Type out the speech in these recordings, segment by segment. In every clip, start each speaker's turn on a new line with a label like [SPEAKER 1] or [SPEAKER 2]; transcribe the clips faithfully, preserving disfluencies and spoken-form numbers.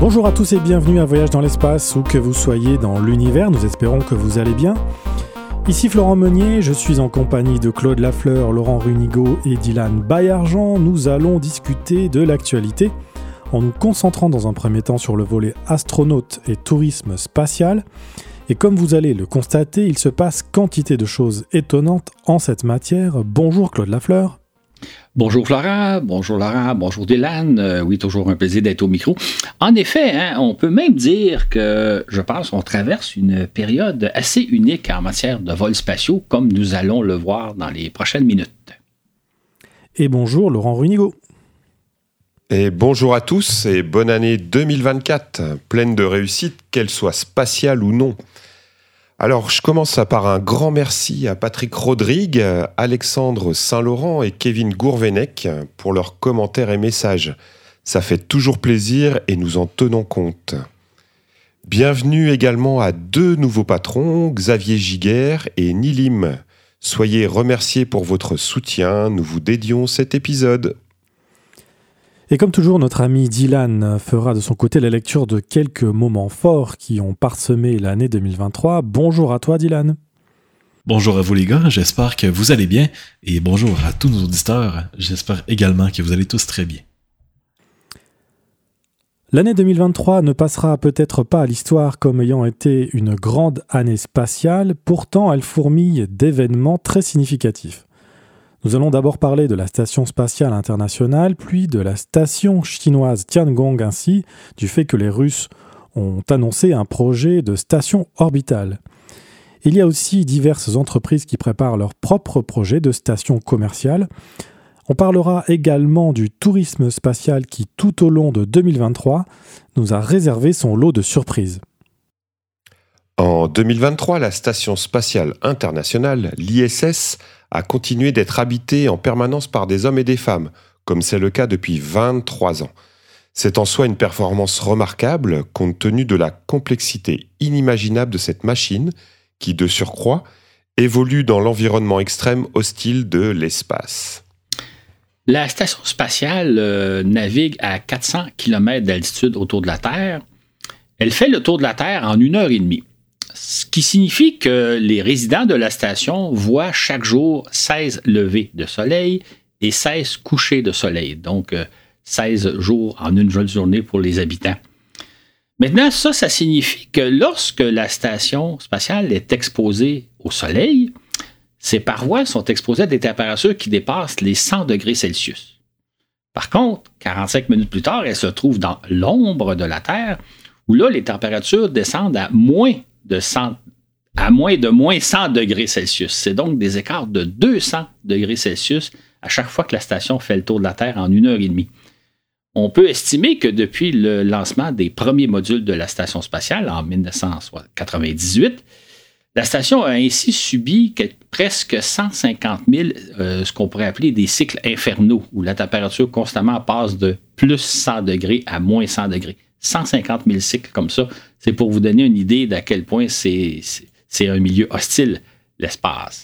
[SPEAKER 1] Bonjour à tous et bienvenue à Voyage dans l'espace, où que vous soyez dans l'univers, nous espérons que vous allez bien. Ici Florent Meunier, je suis en compagnie de Claude Lafleur, Laurent Runigo et Dylan Baillargeon. Nous allons discuter de l'actualité en nous concentrant dans un premier temps sur le volet astronautes et tourisme spatial. Et comme vous allez le constater, il se passe quantité de choses étonnantes en cette matière. Bonjour Claude Lafleur.
[SPEAKER 2] Bonjour Florent, bonjour Laurent, bonjour Dylan. Euh, oui, toujours un plaisir d'être au micro. En effet, hein, on peut même dire que, je pense, qu'on traverse une période assez unique en matière de vols spatiaux, comme nous allons le voir dans les prochaines minutes.
[SPEAKER 1] Et bonjour Laurent Runigo.
[SPEAKER 3] Et bonjour à tous et bonne année deux mille vingt-quatre, pleine de réussite, qu'elle soit spatiale ou non. Alors, je commence par un grand merci à Patrick Rodrigue, Alexandre Saint-Laurent et Kevin Gourvenec pour leurs commentaires et messages. Ça fait toujours plaisir et nous en tenons compte. Bienvenue également à deux nouveaux patrons, Xavier Giguère et Nilim. Soyez remerciés pour votre soutien, nous vous dédions cet épisode.
[SPEAKER 1] Et comme toujours, notre ami Dylan fera de son côté la lecture de quelques moments forts qui ont parsemé l'année deux mille vingt-trois. Bonjour à toi Dylan.
[SPEAKER 4] Bonjour à vous les gars, j'espère que vous allez bien. Et bonjour à tous nos auditeurs, j'espère également que vous allez tous très bien.
[SPEAKER 1] L'année deux mille vingt-trois ne passera peut-être pas à l'histoire comme ayant été une grande année spatiale, pourtant elle fourmille d'événements très significatifs. Nous allons d'abord parler de la Station spatiale internationale, puis de la station chinoise Tiangong, ainsi du fait que les Russes ont annoncé un projet de station orbitale. Il y a aussi diverses entreprises qui préparent leur propre projet de station commerciale. On parlera également du tourisme spatial qui, tout au long de deux mille vingt-trois, nous a réservé son lot de surprises.
[SPEAKER 3] En deux mille vingt-trois, la Station spatiale internationale, l'I S S, a continué d'être habitée en permanence par des hommes et des femmes, comme c'est le cas depuis vingt-trois ans. C'est en soi une performance remarquable, compte tenu de la complexité inimaginable de cette machine, qui, de surcroît, évolue dans l'environnement extrême hostile de l'espace.
[SPEAKER 2] La station spatiale euh, navigue à quatre cents kilomètres d'altitude autour de la Terre. Elle fait le tour de la Terre en une heure et demie. Ce qui signifie que les résidents de la station voient chaque jour seize levées de soleil et seize couchers de soleil. Donc, euh, seize jours en une seule journée pour les habitants. Maintenant, ça, ça signifie que lorsque la station spatiale est exposée au soleil, ses parois sont exposées à des températures qui dépassent les cent degrés Celsius. Par contre, quarante-cinq minutes plus tard, elle se trouve dans l'ombre de la Terre, où là, les températures descendent à moins de cent, à moins de moins cent degrés Celsius. C'est donc des écarts de deux cents degrés Celsius à chaque fois que la station fait le tour de la Terre en une heure et demie. On peut estimer que depuis le lancement des premiers modules de la station spatiale en dix-neuf cent quatre-vingt-dix-huit, la station a ainsi subi presque cent cinquante mille, euh, ce qu'on pourrait appeler des cycles infernaux, où la température constamment passe de plus cent degrés à moins cent degrés. cent cinquante mille cycles comme ça, c'est pour vous donner une idée d'à quel point c'est, c'est, c'est un milieu hostile, l'espace.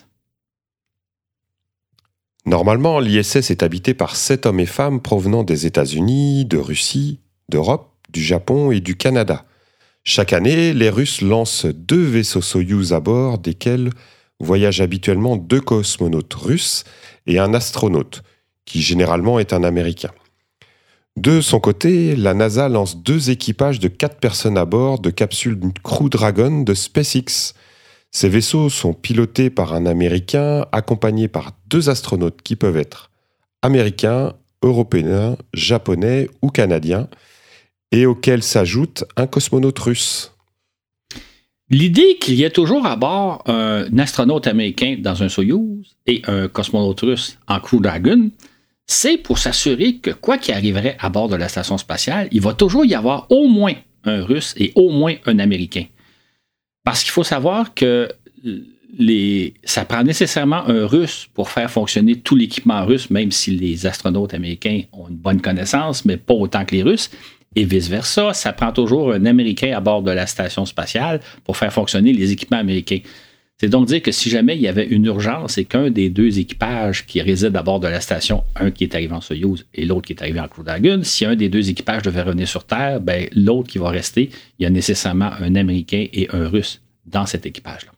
[SPEAKER 3] Normalement, l'I S S est habité par sept hommes et femmes provenant des États-Unis, de Russie, d'Europe, du Japon et du Canada. Chaque année, les Russes lancent deux vaisseaux Soyouz à bord, desquels voyagent habituellement deux cosmonautes russes et un astronaute, qui généralement est un Américain. De son côté, la NASA lance deux équipages de quatre personnes à bord de capsules Crew Dragon de SpaceX. Ces vaisseaux sont pilotés par un Américain, accompagnés par deux astronautes qui peuvent être américains, européens, japonais ou canadiens, et auxquels s'ajoute un cosmonaute russe.
[SPEAKER 2] L'idée qu'il y ait toujours à bord un astronaute américain dans un Soyouz et un cosmonaute russe en Crew Dragon, c'est pour s'assurer que quoi qu'il arriverait à bord de la station spatiale, il va toujours y avoir au moins un Russe et au moins un Américain. Parce qu'il faut savoir que les, ça prend nécessairement un Russe pour faire fonctionner tout l'équipement russe, même si les astronautes américains ont une bonne connaissance, mais pas autant que les Russes. Et vice-versa, ça prend toujours un Américain à bord de la station spatiale pour faire fonctionner les équipements américains. C'est donc dire que si jamais il y avait une urgence et qu'un des deux équipages qui résident à bord de la station, un qui est arrivé en Soyouz et l'autre qui est arrivé en Crew Dragon, si un des deux équipages devait revenir sur Terre, ben, l'autre qui va rester, il y a nécessairement un Américain et un Russe dans cet équipage-là.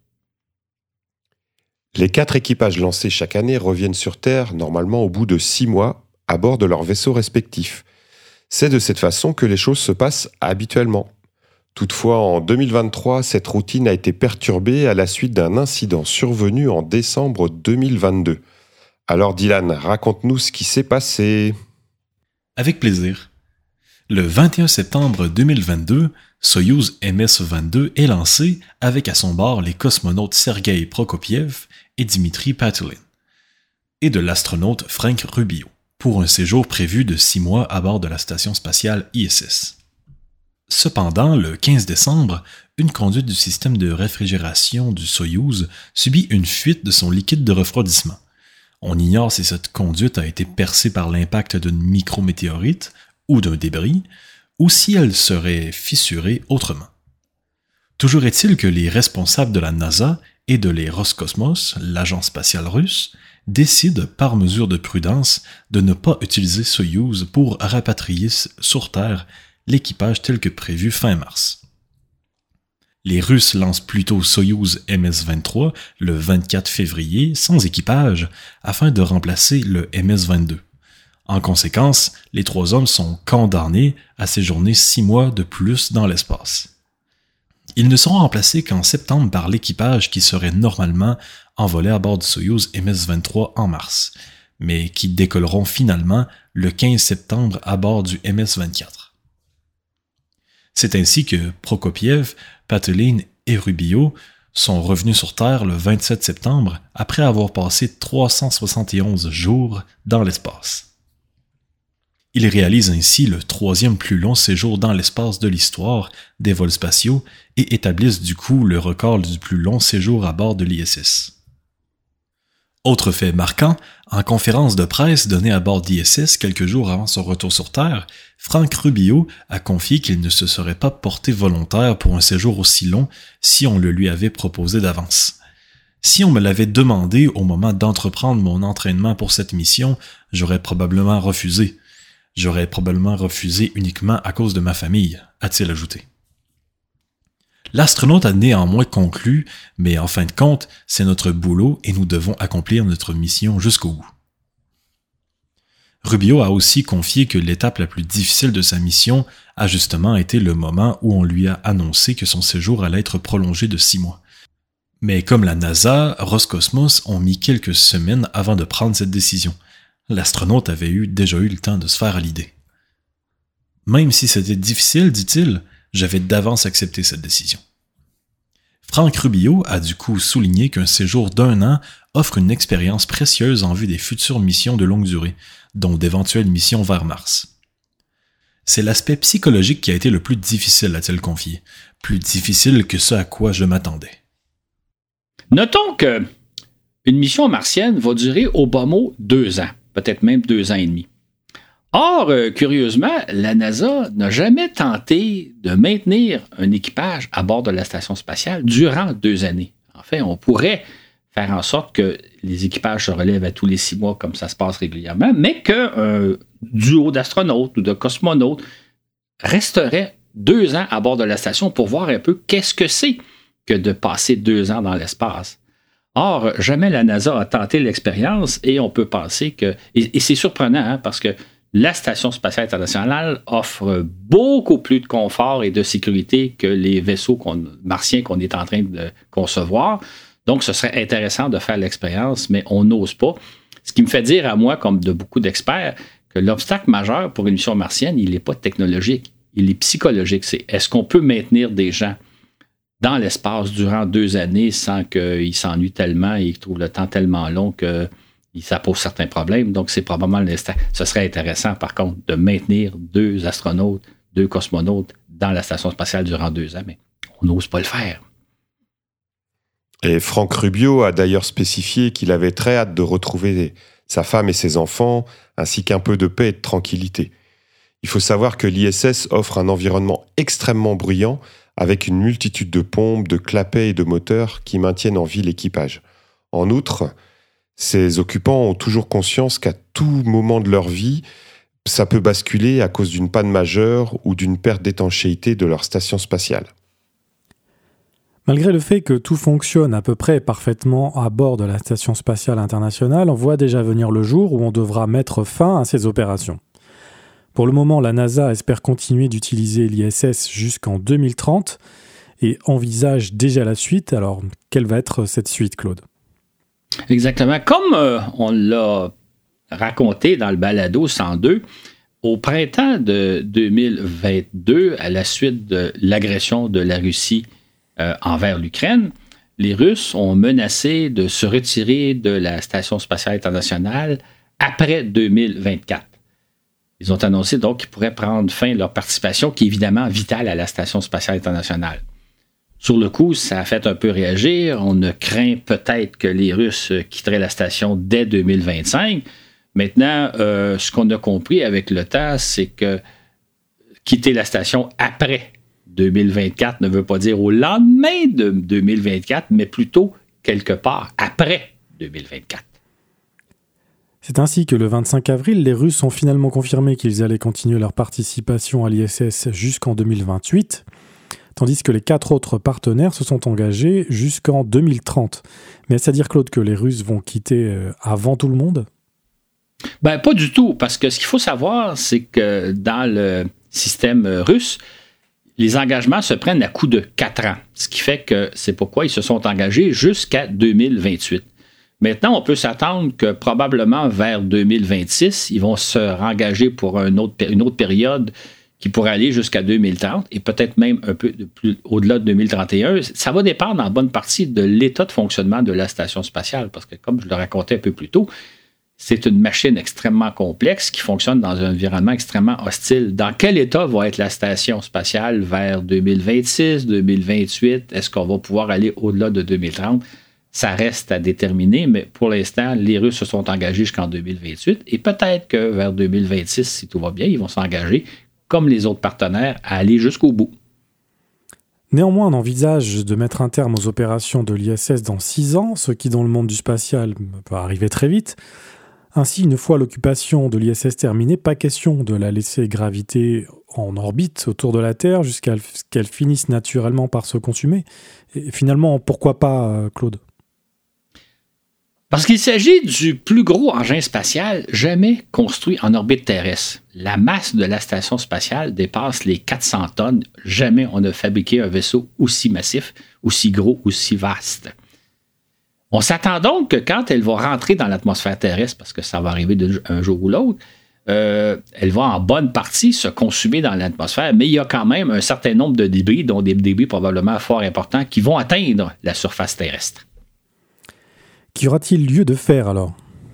[SPEAKER 3] Les quatre équipages lancés chaque année reviennent sur Terre normalement au bout de six mois à bord de leurs vaisseaux respectifs. C'est de cette façon que les choses se passent habituellement. Toutefois, en deux mille vingt-trois, cette routine a été perturbée à la suite d'un incident survenu en décembre deux mille vingt-deux. Alors Dylan, raconte-nous ce qui s'est passé.
[SPEAKER 4] Avec plaisir. Le vingt et un septembre deux mille vingt-deux, Soyouz M S vingt-deux est lancé avec à son bord les cosmonautes Sergei Prokopiev et Dmitri Patulin, et de l'astronaute Frank Rubio, pour un séjour prévu de six mois à bord de la station spatiale I S S. Cependant, le quinze décembre, une conduite du système de réfrigération du Soyouz subit une fuite de son liquide de refroidissement. On ignore si cette conduite a été percée par l'impact d'une micrométéorite ou d'un débris, ou si elle serait fissurée autrement. Toujours est-il que les responsables de la NASA et de les Roscosmos, l'agence spatiale russe, décident par mesure de prudence de ne pas utiliser Soyouz pour rapatrier sur Terre l'équipage tel que prévu fin mars. Les Russes lancent plutôt Soyouz M S vingt-trois le vingt-quatre février sans équipage afin de remplacer le M S vingt-deux. En conséquence, les trois hommes sont condamnés à séjourner six mois de plus dans l'espace. Ils ne seront remplacés qu'en septembre par l'équipage qui serait normalement envolé à bord du Soyouz M S vingt-trois en mars, mais qui décolleront finalement le quinze septembre à bord du M S vingt-quatre. C'est ainsi que Prokopiev, Patulin et Rubio sont revenus sur Terre le vingt-sept septembre après avoir passé trois cent soixante et onze jours dans l'espace. Ils réalisent ainsi le troisième plus long séjour dans l'espace de l'histoire des vols spatiaux et établissent du coup le record du plus long séjour à bord de l'I S S. Autre fait marquant, en conférence de presse donnée à bord d'I S S quelques jours avant son retour sur Terre, Frank Rubio a confié qu'il ne se serait pas porté volontaire pour un séjour aussi long si on le lui avait proposé d'avance. Si on me l'avait demandé au moment d'entreprendre mon entraînement pour cette mission, j'aurais probablement refusé. J'aurais probablement refusé uniquement à cause de ma famille, a-t-il ajouté. L'astronaute a néanmoins conclu, mais en fin de compte, c'est notre boulot et nous devons accomplir notre mission jusqu'au bout. Rubio a aussi confié que l'étape la plus difficile de sa mission a justement été le moment où on lui a annoncé que son séjour allait être prolongé de six mois. Mais comme la NASA, Roscosmos ont mis quelques semaines avant de prendre cette décision. L'astronaute avait eu, déjà eu le temps de se faire à l'idée. Même si c'était difficile, dit-il, j'avais d'avance accepté cette décision. Frank Rubio a du coup souligné qu'un séjour d'un an offre une expérience précieuse en vue des futures missions de longue durée, dont d'éventuelles missions vers Mars. C'est l'aspect psychologique qui a été le plus difficile, a-t-il confié, plus difficile que ce à quoi je m'attendais.
[SPEAKER 2] Notons que une mission martienne va durer au bas mot deux ans, peut-être même deux ans et demi. Or, euh, curieusement, la NASA n'a jamais tenté de maintenir un équipage à bord de la station spatiale durant deux années. En fait, on pourrait faire en sorte que les équipages se relèvent à tous les six mois, comme ça se passe régulièrement, mais qu'un euh, duo d'astronautes ou de cosmonautes resterait deux ans à bord de la station pour voir un peu qu'est-ce que c'est que de passer deux ans dans l'espace. Or, jamais la NASA a tenté l'expérience et on peut penser que... Et, et c'est surprenant, hein, parce que la Station spatiale internationale offre beaucoup plus de confort et de sécurité que les vaisseaux qu'on, martiens qu'on est en train de concevoir. Donc, ce serait intéressant de faire l'expérience, mais on n'ose pas. Ce qui me fait dire à moi, comme de beaucoup d'experts, que l'obstacle majeur pour une mission martienne, il n'est pas technologique, il est psychologique. C'est est-ce qu'on peut maintenir des gens dans l'espace durant deux années sans qu'ils s'ennuient tellement et qu'ils trouvent le temps tellement long que ça pose certains problèmes. Donc, c'est probablement l'instant. Ce serait intéressant, par contre, de maintenir deux astronautes, deux cosmonautes dans la station spatiale durant deux ans, mais on n'ose pas le faire.
[SPEAKER 3] Et Frank Rubio a d'ailleurs spécifié qu'il avait très hâte de retrouver sa femme et ses enfants, ainsi qu'un peu de paix et de tranquillité. Il faut savoir que l'I S S offre un environnement extrêmement bruyant, avec une multitude de pompes, de clapets et de moteurs qui maintiennent en vie l'équipage. En outre, ces occupants ont toujours conscience qu'à tout moment de leur vie, ça peut basculer à cause d'une panne majeure ou d'une perte d'étanchéité de leur station spatiale.
[SPEAKER 1] Malgré le fait que tout fonctionne à peu près parfaitement à bord de la Station spatiale internationale, on voit déjà venir le jour où on devra mettre fin à ces opérations. Pour le moment, la NASA espère continuer d'utiliser l'I S S jusqu'en deux mille trente et envisage déjà la suite. Alors, quelle va être cette suite, Claude ?
[SPEAKER 2] Exactement. Comme euh, on l'a raconté dans le balado cent deux, au printemps de deux mille vingt-deux, à la suite de l'agression de la Russie euh, envers l'Ukraine, les Russes ont menacé de se retirer de la Station spatiale internationale après deux mille vingt-quatre. Ils ont annoncé donc qu'ils pourraient prendre fin à leur participation, qui est évidemment vitale à la Station spatiale internationale. Sur le coup, ça a fait un peu réagir. On a craint peut-être que les Russes quitteraient la station dès deux mille vingt-cinq. Maintenant, euh, ce qu'on a compris avec le temps, c'est que quitter la station après deux mille vingt-quatre ne veut pas dire au lendemain de deux mille vingt-quatre, mais plutôt quelque part après deux mille vingt-quatre.
[SPEAKER 1] C'est ainsi que le vingt-cinq avril, les Russes ont finalement confirmé qu'ils allaient continuer leur participation à l'I S S jusqu'en deux mille vingt-huit, tandis que les quatre autres partenaires se sont engagés jusqu'en deux mille trente. Mais est-ce à dire, Claude, que les Russes vont quitter avant tout le monde ?
[SPEAKER 2] Ben, pas du tout, parce que ce qu'il faut savoir, c'est que dans le système russe, les engagements se prennent à coup de quatre ans, ce qui fait que c'est pourquoi ils se sont engagés jusqu'à deux mille vingt-huit. Maintenant, on peut s'attendre que probablement vers deux mille vingt-six, ils vont se rengager pour un autre, une autre période qui pourrait aller jusqu'à deux mille trente et peut-être même un peu plus au-delà de deux mille trente et un. Ça va dépendre en bonne partie de l'état de fonctionnement de la station spatiale, parce que comme je le racontais un peu plus tôt, c'est une machine extrêmement complexe qui fonctionne dans un environnement extrêmement hostile. Dans quel état va être la station spatiale vers deux mille vingt-six, deux mille vingt-huit? Est-ce qu'on va pouvoir aller au-delà de deux mille trente? Ça reste à déterminer, mais pour l'instant, les Russes se sont engagés jusqu'en deux mille vingt-huit et peut-être que vers deux mille vingt-six, si tout va bien, ils vont s'engager, comme les autres partenaires, à aller jusqu'au bout.
[SPEAKER 1] Néanmoins, on envisage de mettre un terme aux opérations de l'I S S dans six ans, ce qui, dans le monde du spatial, peut arriver très vite. Ainsi, une fois l'occupation de l'I S S terminée, pas question de la laisser graviter en orbite autour de la Terre jusqu'à ce qu'elle finisse naturellement par se consumer. Et finalement, pourquoi pas, Claude ?
[SPEAKER 2] Parce qu'il s'agit du plus gros engin spatial jamais construit en orbite terrestre. La masse de la station spatiale dépasse les quatre cents tonnes. Jamais on n'a fabriqué un vaisseau aussi massif, aussi gros, aussi vaste. On s'attend donc que quand elle va rentrer dans l'atmosphère terrestre, parce que ça va arriver un jour ou l'autre, euh, elle va en bonne partie se consumer dans l'atmosphère, mais il y a quand même un certain nombre de débris, dont des débris probablement fort importants, qui vont atteindre la surface terrestre.
[SPEAKER 1] Qu'y aura-t-il lieu de faire alors?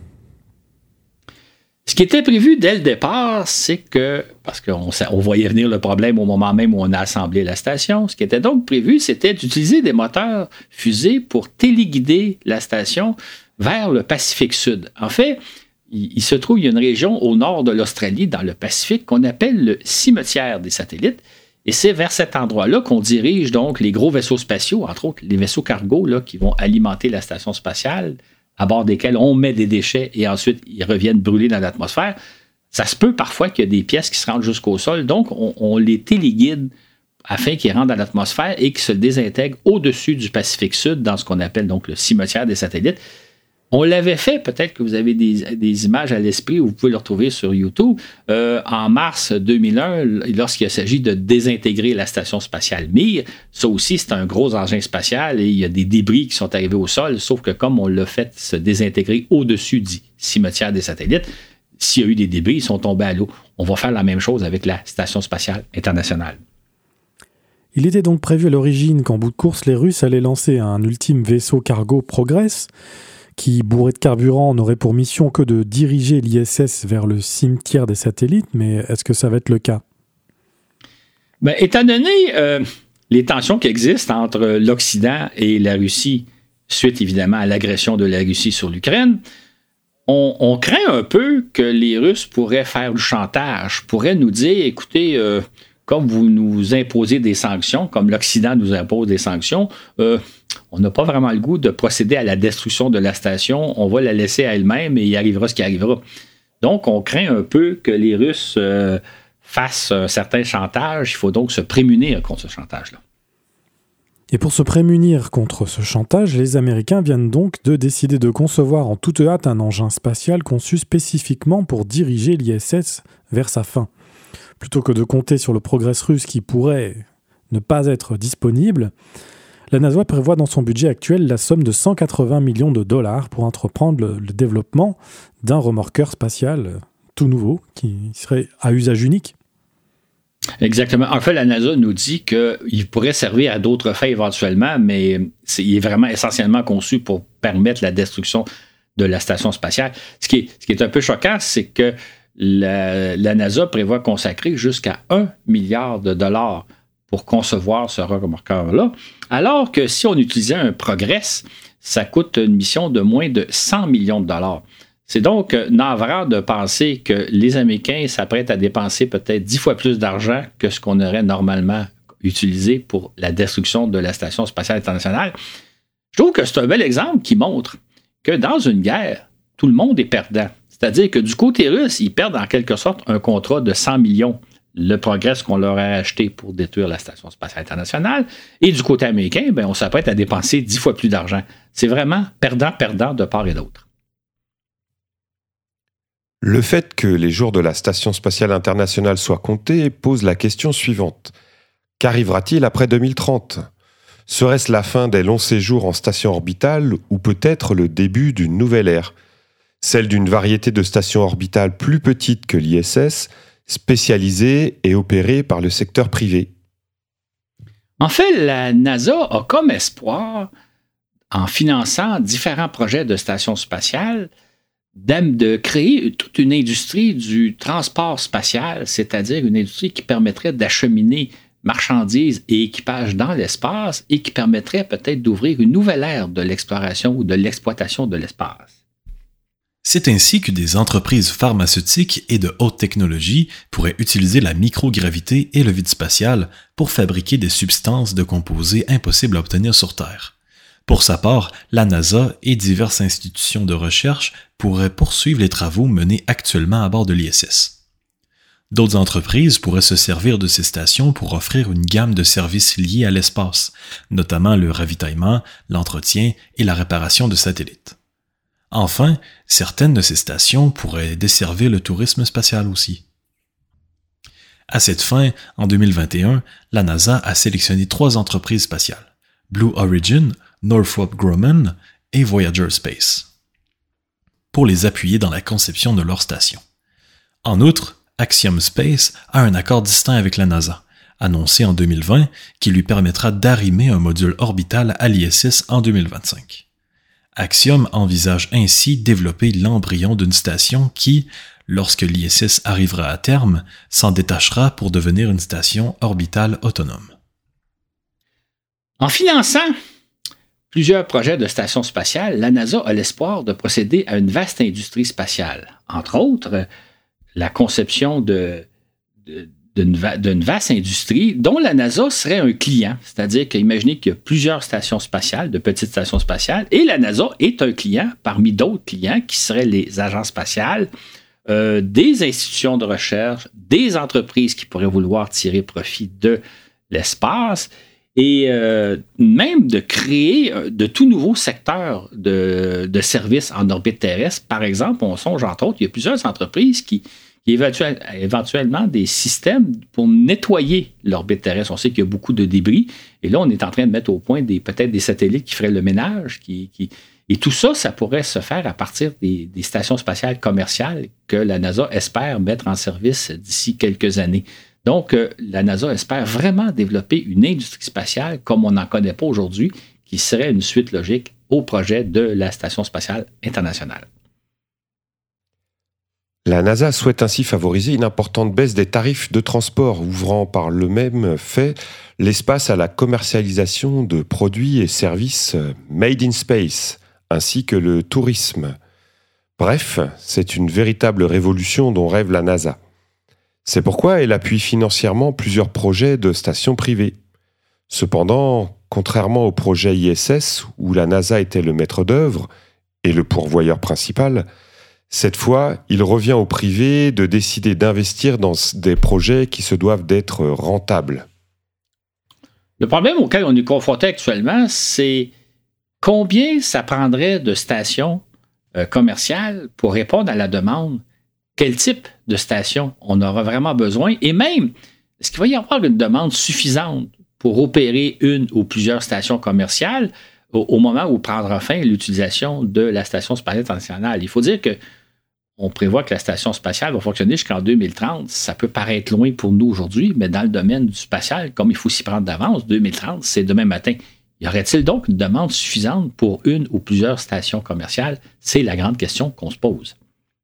[SPEAKER 2] Ce qui était prévu dès le départ, c'est que, parce qu'on on voyait venir le problème au moment même où on a assemblé la station, ce qui était donc prévu, c'était d'utiliser des moteurs fusées pour téléguider la station vers le Pacifique Sud. En fait, il, il se trouve, il y a une région au nord de l'Australie, dans le Pacifique, qu'on appelle le cimetière des satellites. Et c'est vers cet endroit-là qu'on dirige donc les gros vaisseaux spatiaux, entre autres les vaisseaux cargo là, qui vont alimenter la station spatiale, à bord desquels on met des déchets et ensuite ils reviennent brûler dans l'atmosphère. Ça se peut parfois qu'il y a des pièces qui se rendent jusqu'au sol, donc on, on les téléguide afin qu'ils rentrent dans l'atmosphère et qu'ils se désintègrent au-dessus du Pacifique Sud, dans ce qu'on appelle donc le cimetière des satellites. On l'avait fait, peut-être que vous avez des, des images à l'esprit, vous pouvez le retrouver sur YouTube, euh, en mars deux mille un, lorsqu'il s'agit de désintégrer la station spatiale Mir. Ça aussi, c'est un gros engin spatial et il y a des débris qui sont arrivés au sol, sauf que comme on l'a fait se désintégrer au-dessus du cimetière des satellites, s'il y a eu des débris, ils sont tombés à l'eau. On va faire la même chose avec la Station spatiale internationale.
[SPEAKER 1] Il était donc prévu à l'origine qu'en bout de course, les Russes allaient lancer un ultime vaisseau cargo Progress, qui, bourré de carburant, n'aurait pour mission que de diriger l'I S S vers le cimetière des satellites, mais est-ce que ça va être le cas?
[SPEAKER 2] Ben, étant donné euh, les tensions qui existent entre l'Occident et la Russie, suite évidemment à l'agression de la Russie sur l'Ukraine, on, on craint un peu que les Russes pourraient faire du chantage, pourraient nous dire, écoutez, euh, comme vous nous imposez des sanctions, comme l'Occident nous impose des sanctions, euh, on n'a pas vraiment le goût de procéder à la destruction de la station. On va la laisser à elle-même et il arrivera ce qui arrivera. Donc, on craint un peu que les Russes euh, fassent un certain chantage. Il faut donc se prémunir contre ce chantage-là.
[SPEAKER 1] Et pour se prémunir contre ce chantage, les Américains viennent donc de décider de concevoir en toute hâte un engin spatial conçu spécifiquement pour diriger l'I S S vers sa fin. Plutôt que de compter sur le Progress russe qui pourrait ne pas être disponible, la NASA prévoit dans son budget actuel la somme de cent quatre-vingts millions de dollars pour entreprendre le, le développement d'un remorqueur spatial tout nouveau qui serait à usage unique.
[SPEAKER 2] Exactement. En fait, la NASA nous dit qu'il pourrait servir à d'autres fins éventuellement, mais c'est, il est vraiment essentiellement conçu pour permettre la destruction de la station spatiale. Ce qui est, ce qui est un peu choquant, c'est que la, la NASA prévoit consacrer jusqu'à un milliard de dollars pour concevoir ce remorqueur-là, alors que si on utilisait un Progress, ça coûte une mission de moins de cent millions de dollars. C'est donc navrant de penser que les Américains s'apprêtent à dépenser peut-être dix fois plus d'argent que ce qu'on aurait normalement utilisé pour la destruction de la Station spatiale internationale. Je trouve que c'est un bel exemple qui montre que dans une guerre, tout le monde est perdant. C'est-à-dire que du côté russe, ils perdent en quelque sorte un contrat de cent millions, le Progress qu'on leur a acheté pour détruire la Station spatiale internationale. Et du côté américain, ben, on s'apprête à dépenser dix fois plus d'argent. C'est vraiment perdant-perdant de part et d'autre.
[SPEAKER 3] Le fait que les jours de la Station spatiale internationale soient comptés pose la question suivante. Qu'arrivera-t-il après deux mille trente ? Serait-ce la fin des longs séjours en station orbitale ou peut-être le début d'une nouvelle ère ? Celle d'une variété de stations orbitales plus petites que l'I S S, spécialisées et opérées par le secteur privé.
[SPEAKER 2] En fait, la NASA a comme espoir, en finançant différents projets de stations spatiales, de créer toute une industrie du transport spatial, c'est-à-dire une industrie qui permettrait d'acheminer marchandises et équipages dans l'espace et qui permettrait peut-être d'ouvrir une nouvelle ère de l'exploration ou de l'exploitation de l'espace.
[SPEAKER 4] C'est ainsi que des entreprises pharmaceutiques et de haute technologie pourraient utiliser la microgravité et le vide spatial pour fabriquer des substances de composés impossibles à obtenir sur Terre. Pour sa part, la NASA et diverses institutions de recherche pourraient poursuivre les travaux menés actuellement à bord de l'I S S. D'autres entreprises pourraient se servir de ces stations pour offrir une gamme de services liés à l'espace, notamment le ravitaillement, l'entretien et la réparation de satellites. Enfin, certaines de ces stations pourraient desservir le tourisme spatial aussi. À cette fin, en deux mille vingt et un, la NASA a sélectionné trois entreprises spatiales, Blue Origin, Northrop Grumman et Voyager Space, pour les appuyer dans la conception de leur station. En outre, Axiom Space a un accord distinct avec la NASA, annoncé en deux mille vingt, qui lui permettra d'arrimer un module orbital à l'I S S en deux mille vingt-cinq. Axiom envisage ainsi développer l'embryon d'une station qui, lorsque l'I S S arrivera à terme, s'en détachera pour devenir une station orbitale autonome.
[SPEAKER 2] En finançant plusieurs projets de stations spatiales, la NASA a l'espoir de procéder à une vaste industrie spatiale. Entre autres, la conception de, de, d'une, va, d'une vaste industrie dont la NASA serait un client. C'est-à-dire qu'imaginez qu'il y a plusieurs stations spatiales, de petites stations spatiales, et la NASA est un client parmi d'autres clients qui seraient les agences spatiales, euh, des institutions de recherche, des entreprises qui pourraient vouloir tirer profit de l'espace, et euh, même de créer de tout nouveaux secteurs de, de services en orbite terrestre. Par exemple, on songe entre autres, il y a plusieurs entreprises qui, qui évaluent éventuellement des systèmes pour nettoyer l'orbite terrestre. On sait qu'il y a beaucoup de débris, et là, on est en train de mettre au point des, peut-être des satellites qui feraient le ménage. Qui, qui, et tout ça, ça pourrait se faire à partir des, des stations spatiales commerciales que la NASA espère mettre en service d'ici quelques années. Donc, euh, la NASA espère vraiment développer une industrie spatiale comme on n'en connaît pas aujourd'hui, qui serait une suite logique au projet de la Station spatiale internationale.
[SPEAKER 3] La NASA souhaite ainsi favoriser une importante baisse des tarifs de transport, ouvrant par le même fait l'espace à la commercialisation de produits et services made in space, ainsi que le tourisme. Bref, c'est une véritable révolution dont rêve la NASA. C'est pourquoi elle appuie financièrement plusieurs projets de stations privées. Cependant, contrairement au projet I S S, où la NASA était le maître d'œuvre et le pourvoyeur principal, cette fois, il revient au privé de décider d'investir dans des projets qui se doivent d'être rentables.
[SPEAKER 2] Le problème auquel on est confronté actuellement, c'est combien ça prendrait de stations euh, commerciales pour répondre à la demande? Quel type de station on aura vraiment besoin? Et même, est-ce qu'il va y avoir une demande suffisante pour opérer une ou plusieurs stations commerciales au, au moment où prendra fin l'utilisation de la Station spatiale internationale? Il faut dire que on prévoit que la Station spatiale va fonctionner jusqu'en deux mille trente. Ça peut paraître loin pour nous aujourd'hui, mais dans le domaine du spatial, comme il faut s'y prendre d'avance, deux mille trente, c'est demain matin. Y aurait-il donc une demande suffisante pour une ou plusieurs stations commerciales? C'est la grande question qu'on se pose.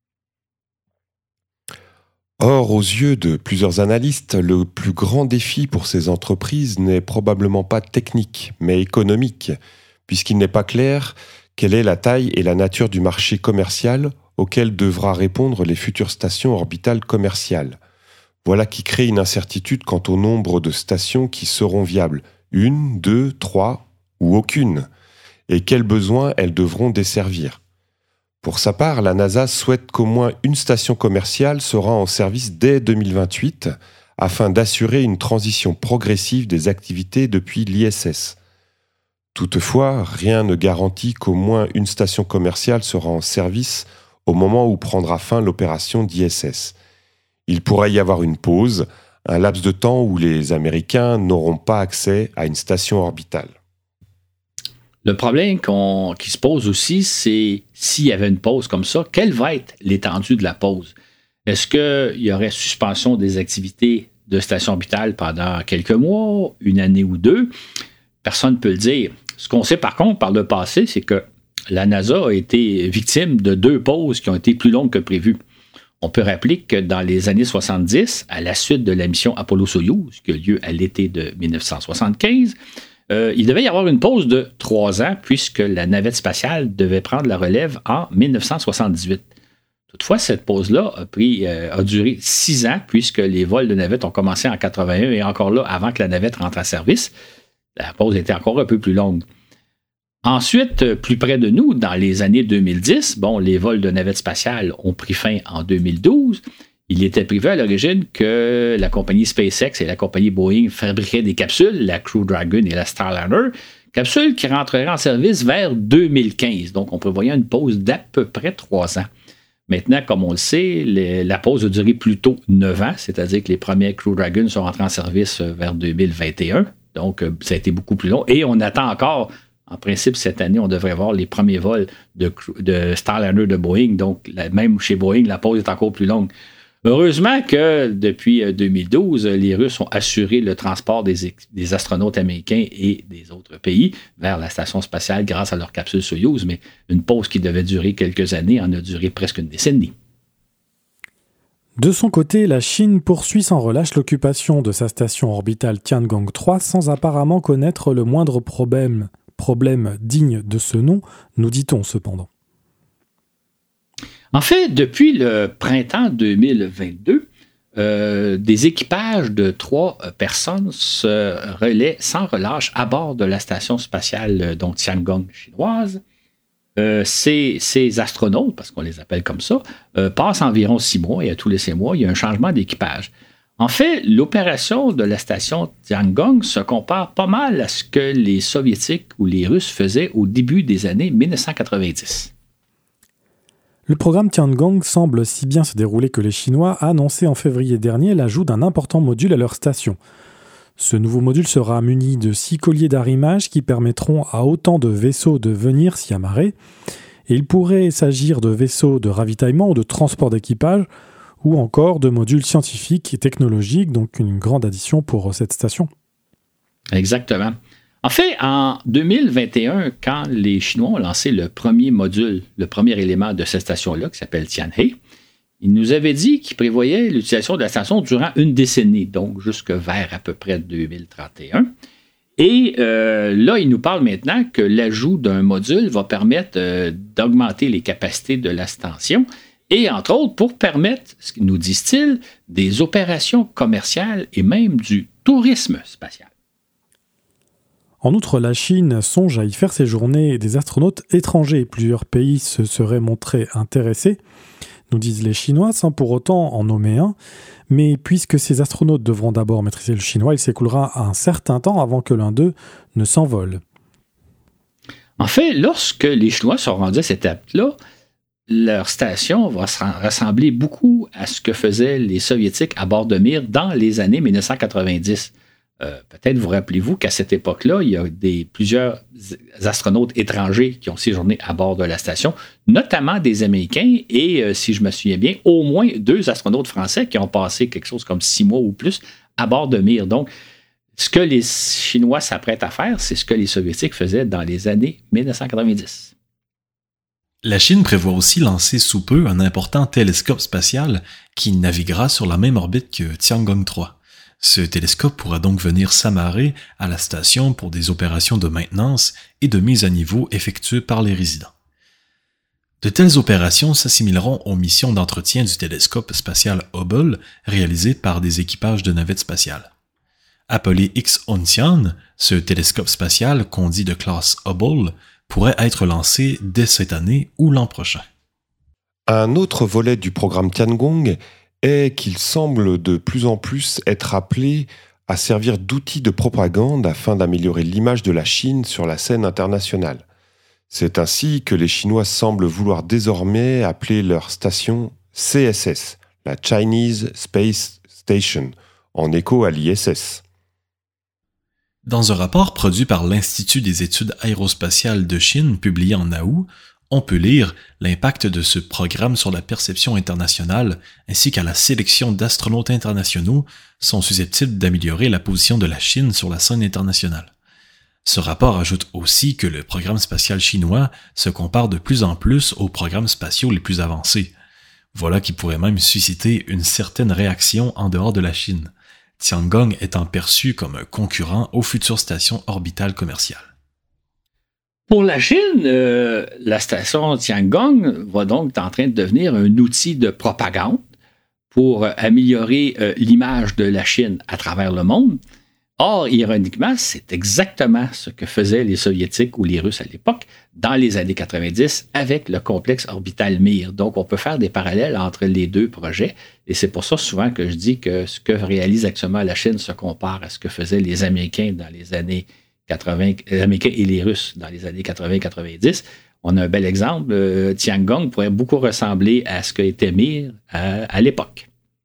[SPEAKER 3] Or, aux yeux de plusieurs analystes, le plus grand défi pour ces entreprises n'est probablement pas technique, mais économique, puisqu'il n'est pas clair quelle est la taille et la nature du marché commercial auquel devra répondre les futures stations orbitales commerciales. Voilà qui crée une incertitude quant au nombre de stations qui seront viables, une, deux, trois ou aucune, et quels besoins elles devront desservir. Pour sa part, la NASA souhaite qu'au moins une station commerciale sera en service dès deux mille vingt-huit, afin d'assurer une transition progressive des activités depuis l'I S S. Toutefois, rien ne garantit qu'au moins une station commerciale sera en service au moment où prendra fin l'opération d'I S S. Il pourrait y avoir une pause, un laps de temps où les Américains n'auront pas accès à une station orbitale.
[SPEAKER 2] Le problème qu'on, qui se pose aussi, c'est s'il y avait une pause comme ça, quelle va être l'étendue de la pause? Est-ce qu'il y aurait suspension des activités de station orbitale pendant quelques mois, une année ou deux? Personne ne peut le dire. Ce qu'on sait par contre par le passé, c'est que la NASA a été victime de deux pauses qui ont été plus longues que prévu. On peut rappeler que dans les années soixante-dix, à la suite de la mission Apollo-Soyouz, qui a lieu à l'été de dix-neuf cent soixante-quinze, euh, il devait y avoir une pause de trois ans puisque la navette spatiale devait prendre la relève en dix-neuf cent soixante-dix-huit. Toutefois, cette pause-là a, pris, euh, a duré six ans puisque les vols de navette ont commencé en quatre-vingt-un et encore là, avant que la navette rentre en service, la pause était encore un peu plus longue. Ensuite, plus près de nous, dans les années deux mille dix, bon, les vols de navettes spatiales ont pris fin en deux mille douze. Il était prévu à l'origine que la compagnie SpaceX et la compagnie Boeing fabriquaient des capsules, la Crew Dragon et la Starliner, capsules qui rentreraient en service vers deux mille quinze. Donc, on prévoyait une pause d'à peu près trois ans. Maintenant, comme on le sait, les, la pause a duré plutôt neuf ans, c'est-à-dire que les premiers Crew Dragon sont rentrés en service vers deux mille vingt et un. Donc, ça a été beaucoup plus long. Et on attend encore. En principe, cette année, on devrait avoir les premiers vols de, de Starliner de Boeing. Donc, la, même chez Boeing, la pause est encore plus longue. Heureusement que depuis deux mille douze, les Russes ont assuré le transport des, des astronautes américains et des autres pays vers la station spatiale grâce à leur capsule Soyouz. Mais une pause qui devait durer quelques années en a duré presque une décennie.
[SPEAKER 1] De son côté, la Chine poursuit sans relâche l'occupation de sa station orbitale Tiangong trois sans apparemment connaître le moindre problème. Problème digne de ce nom, nous dit-on cependant.
[SPEAKER 2] En fait, depuis le printemps deux mille vingt-deux, euh, des équipages de trois personnes se relaient sans relâche à bord de la station spatiale donc Tiangong chinoise. Euh, ces, ces astronautes, parce qu'on les appelle comme ça, euh, passent environ six mois et à tous les six mois, il y a un changement d'équipage. En fait, l'opération de la station Tiangong se compare pas mal à ce que les Soviétiques ou les Russes faisaient au début des années dix-neuf cent quatre-vingt-dix.
[SPEAKER 1] Le programme Tiangong semble si bien se dérouler que les Chinois a annoncé en février dernier l'ajout d'un important module à leur station. Ce nouveau module sera muni de six colliers d'arrimage qui permettront à autant de vaisseaux de venir s'y amarrer. Et il pourrait s'agir de vaisseaux de ravitaillement ou de transport d'équipage, ou encore de modules scientifiques et technologiques, donc une grande addition pour cette station.
[SPEAKER 2] Exactement. En fait, en deux mille vingt et un, quand les Chinois ont lancé le premier module, le premier élément de cette station-là, qui s'appelle Tianhe, ils nous avaient dit qu'ils prévoyaient l'utilisation de la station durant une décennie, donc jusque vers à peu près deux mille trente et un. Et euh, là, ils nous parlent maintenant que l'ajout d'un module va permettre euh, d'augmenter les capacités de la station et entre autres pour permettre, nous disent-ils, des opérations commerciales et même du tourisme spatial.
[SPEAKER 1] En outre, la Chine songe à y faire séjourner des astronautes étrangers. Plusieurs pays se seraient montrés intéressés, nous disent les Chinois, sans pour autant en nommer un. Mais puisque ces astronautes devront d'abord maîtriser le chinois, il s'écoulera un certain temps avant que l'un d'eux ne s'envole.
[SPEAKER 2] En fait, lorsque les Chinois sont rendus à cette étape-là, leur station va ressembler beaucoup à ce que faisaient les Soviétiques à bord de Mir dans les années dix-neuf cent quatre-vingt-dix. Euh, peut-être vous rappelez-vous qu'à cette époque-là, il y a des, plusieurs astronautes étrangers qui ont séjourné à bord de la station, notamment des Américains et, euh, si je me souviens bien, au moins deux astronautes français qui ont passé quelque chose comme six mois ou plus à bord de Mir. Donc, ce que les Chinois s'apprêtent à faire, c'est ce que les Soviétiques faisaient dans les années dix-neuf cent quatre-vingt-dix.
[SPEAKER 4] La Chine prévoit aussi lancer sous peu un important télescope spatial qui naviguera sur la même orbite que Tiangong trois. Ce télescope pourra donc venir s'amarrer à la station pour des opérations de maintenance et de mise à niveau effectuées par les résidents. De telles opérations s'assimileront aux missions d'entretien du télescope spatial Hubble réalisées par des équipages de navettes spatiales. Appelé X-Ontian, ce télescope spatial qu'on dit de classe Hubble pourrait être lancé dès cette année ou l'an prochain.
[SPEAKER 3] Un autre volet du programme Tiangong est qu'il semble de plus en plus être appelé à servir d'outil de propagande afin d'améliorer l'image de la Chine sur la scène internationale. C'est ainsi que les Chinois semblent vouloir désormais appeler leur station C S S, la Chinese Space Station, en écho à l'I S S.
[SPEAKER 4] Dans un rapport produit par l'Institut des études aérospatiales de Chine publié en août, on peut lire l'impact de ce programme sur la perception internationale ainsi qu'à la sélection d'astronautes internationaux sont susceptibles d'améliorer la position de la Chine sur la scène internationale. Ce rapport ajoute aussi que le programme spatial chinois se compare de plus en plus aux programmes spatiaux les plus avancés. Voilà qui pourrait même susciter une certaine réaction en dehors de la Chine, Tiangong étant perçu comme un concurrent aux futures stations orbitales commerciales.
[SPEAKER 2] Pour la Chine, euh, la station Tiangong va donc être en train de devenir un outil de propagande pour euh, améliorer euh, l'image de la Chine à travers le monde. Or, ironiquement, c'est exactement ce que faisaient les Soviétiques ou les Russes à l'époque dans les années quatre-vingt-dix avec le complexe orbital Mir. Donc, on peut faire des parallèles entre les deux projets et c'est pour ça souvent que je dis que ce que réalise actuellement la Chine se compare à ce que faisaient les Américains dans les années quatre-vingts, les Américains et les Russes dans les années quatre-vingts quatre-vingt-dix. On a un bel exemple. Euh, Tiangong pourrait beaucoup ressembler à ce qu'était Mir à, à l'époque.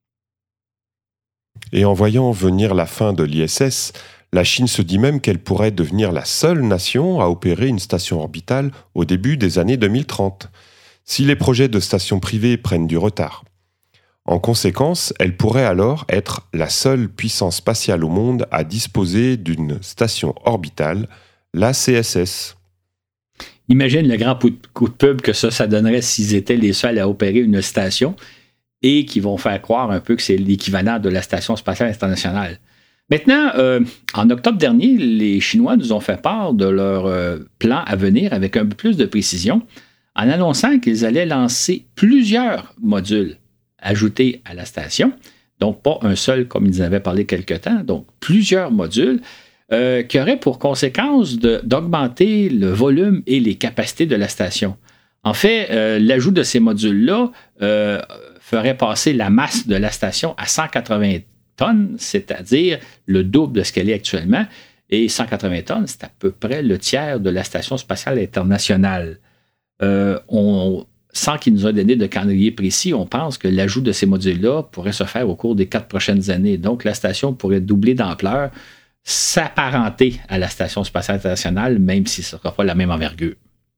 [SPEAKER 3] Et en voyant venir la fin de l'I S S, la Chine se dit même qu'elle pourrait devenir la seule nation à opérer une station orbitale au début des années deux mille trente, si les projets de stations privées prennent du retard. En conséquence, elle pourrait alors être la seule puissance spatiale au monde à disposer d'une station orbitale, la C S S.
[SPEAKER 2] Imagine le grand coup de pub que ça, ça donnerait s'ils étaient les seuls à opérer une station et qui vont faire croire un peu que c'est l'équivalent de la Station spatiale internationale. Maintenant, euh, en octobre dernier, les Chinois nous ont fait part de leur euh, plan à venir avec un peu plus de précision en annonçant qu'ils allaient lancer plusieurs modules ajoutés à la station, donc pas un seul comme ils avaient parlé quelque temps, donc plusieurs modules euh, qui auraient pour conséquence de, d'augmenter le volume et les capacités de la station. En fait, euh, l'ajout de ces modules-là euh, ferait passer la masse de la station à cent quatre-vingts tonnes, c'est-à-dire le double de ce qu'elle est actuellement, et cent quatre-vingts tonnes, c'est à peu près le tiers de la Station spatiale internationale. Euh, on, sans qu'il nous ait donné de calendrier précis, on pense que l'ajout de ces modules-là pourrait se faire au cours des quatre prochaines années. Donc, la station pourrait doubler d'ampleur, s'apparenter à la Station spatiale internationale, même si ce ne sera pas la même envergure.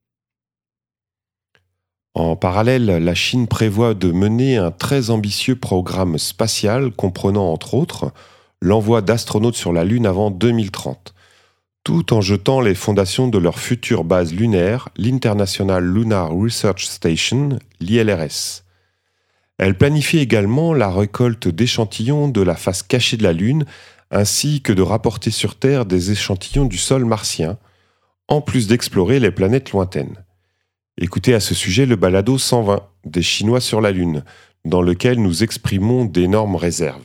[SPEAKER 3] En parallèle, la Chine prévoit de mener un très ambitieux programme spatial comprenant entre autres l'envoi d'astronautes sur la Lune avant deux mille trente, tout en jetant les fondations de leur future base lunaire, l'International Lunar Research Station, l'I L R S. Elle planifie également la récolte d'échantillons de la face cachée de la Lune, ainsi que de rapporter sur Terre des échantillons du sol martien, en plus d'explorer les planètes lointaines. Écoutez à ce sujet le balado cent vingt des Chinois sur la Lune, dans lequel nous exprimons d'énormes réserves.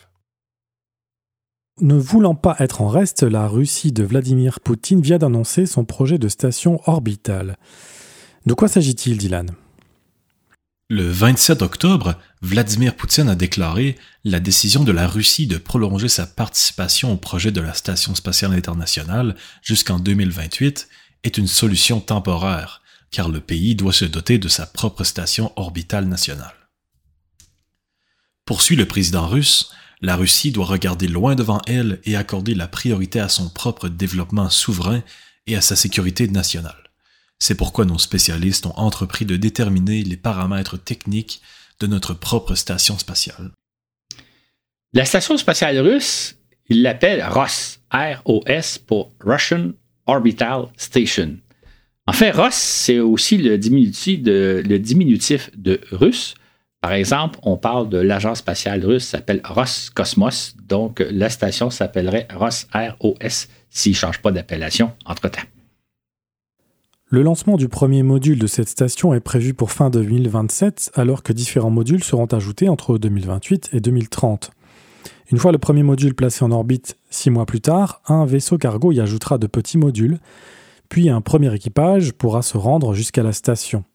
[SPEAKER 1] Ne voulant pas être en reste, la Russie de Vladimir Poutine vient d'annoncer son projet de station orbitale. De quoi s'agit-il, Dylan ?
[SPEAKER 4] Le vingt-sept octobre, Vladimir Poutine a déclaré la décision de la Russie de prolonger sa participation au projet de la Station spatiale internationale jusqu'en deux mille vingt-huit est une solution temporaire, car le pays doit se doter de sa propre station orbitale nationale. Poursuit le président russe, la Russie doit regarder loin devant elle et accorder la priorité à son propre développement souverain et à sa sécurité nationale. C'est pourquoi nos spécialistes ont entrepris de déterminer les paramètres techniques de notre propre station spatiale.
[SPEAKER 2] La station spatiale russe, ils l'appellent R O S, R O S pour Russian Orbital Station. En fait, R O S, c'est aussi le diminutif de, le diminutif de russe. Par exemple, on parle de l'agence spatiale russe, s'appelle Roscosmos, donc la station s'appellerait R O S, R O S, s'il ne change pas d'appellation entre-temps.
[SPEAKER 1] Le lancement du premier module de cette station est prévu pour fin deux mille vingt-sept, alors que différents modules seront ajoutés entre deux mille vingt-huit et deux mille trente. Une fois le premier module placé en orbite six mois plus tard, un vaisseau cargo y ajoutera de petits modules, puis un premier équipage pourra se rendre jusqu'à la station.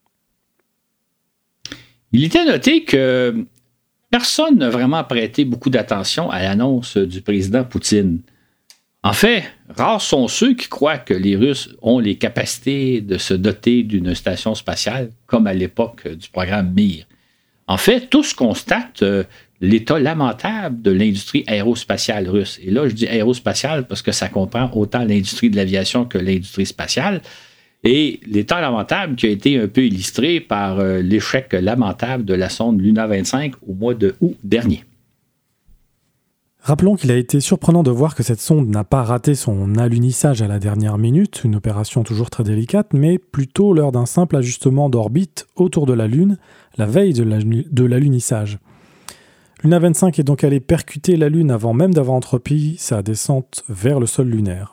[SPEAKER 2] Il était noté que personne n'a vraiment prêté beaucoup d'attention à l'annonce du président Poutine. En fait, rares sont ceux qui croient que les Russes ont les capacités de se doter d'une station spatiale, comme à l'époque du programme Mir. En fait, tous constatent euh, l'état lamentable de l'industrie aérospatiale russe. Et là, je dis aérospatiale parce que ça comprend autant l'industrie de l'aviation que l'industrie spatiale. Et l'état lamentable qui a été un peu illustré par euh, l'échec lamentable de la sonde Luna vingt-cinq au mois de août dernier.
[SPEAKER 1] Rappelons qu'il a été surprenant de voir que cette sonde n'a pas raté son alunissage à la dernière minute, une opération toujours très délicate, mais plutôt lors d'un simple ajustement d'orbite autour de la Lune, la veille de, la, de l'alunissage. Luna vingt-cinq est donc allée percuter la Lune avant même d'avoir entrepris sa descente vers le sol lunaire.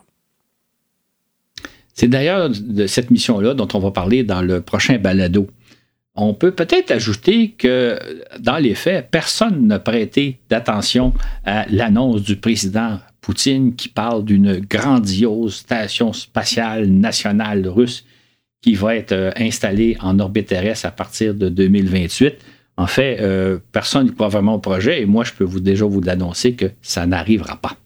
[SPEAKER 2] C'est d'ailleurs de cette mission-là dont on va parler dans le prochain balado. On peut peut-être ajouter que, dans les faits, personne n'a prêté d'attention à l'annonce du président Poutine qui parle d'une grandiose station spatiale nationale russe qui va être installée en orbite terrestre à partir de deux mille vingt-huit. En fait, euh, personne ne croit vraiment au projet et moi, je peux vous, déjà vous annoncer que ça n'arrivera pas.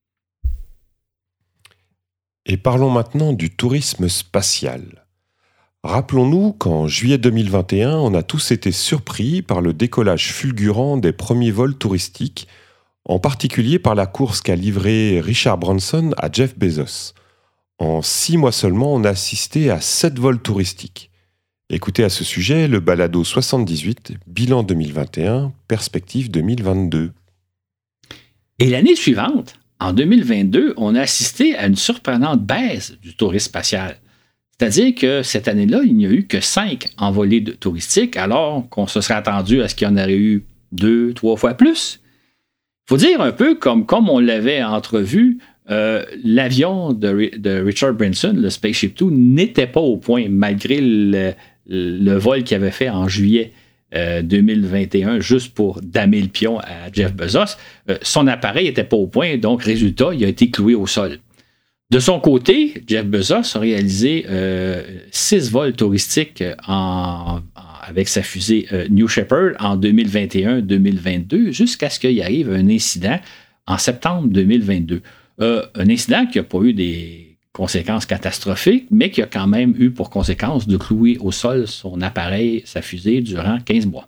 [SPEAKER 3] Et parlons maintenant du tourisme spatial. Rappelons-nous qu'en juillet deux mille vingt et un, on a tous été surpris par le décollage fulgurant des premiers vols touristiques, en particulier par la course qu'a livrée Richard Branson à Jeff Bezos. En six mois seulement, on a assisté à sept vols touristiques. Écoutez à ce sujet le balado soixante-dix-huit, bilan deux mille vingt et un, perspective deux mille vingt-deux.
[SPEAKER 2] Et l'année suivante, en deux mille vingt-deux, on a assisté à une surprenante baisse du tourisme spatial. C'est-à-dire que cette année-là, il n'y a eu que cinq envolées de touristiques, alors qu'on se serait attendu à ce qu'il y en aurait eu deux, trois fois plus. Il faut dire un peu comme, comme on l'avait entrevu, euh, l'avion de, de Richard Branson, le Spaceship deux, n'était pas au point, malgré le, le vol qu'il avait fait en juillet euh, deux mille vingt et un, juste pour damer le pion à Jeff Bezos. Euh, son appareil n'était pas au point, donc résultat, il a été cloué au sol. De son côté, Jeff Bezos a réalisé euh, six vols touristiques en, en, avec sa fusée euh, New Shepard en deux mille vingt et un deux mille vingt-deux, jusqu'à ce qu'il arrive un incident en septembre deux mille vingt-deux. Euh, un incident qui n'a pas eu des conséquences catastrophiques, mais qui a quand même eu pour conséquence de clouer au sol son appareil, sa fusée, durant quinze mois.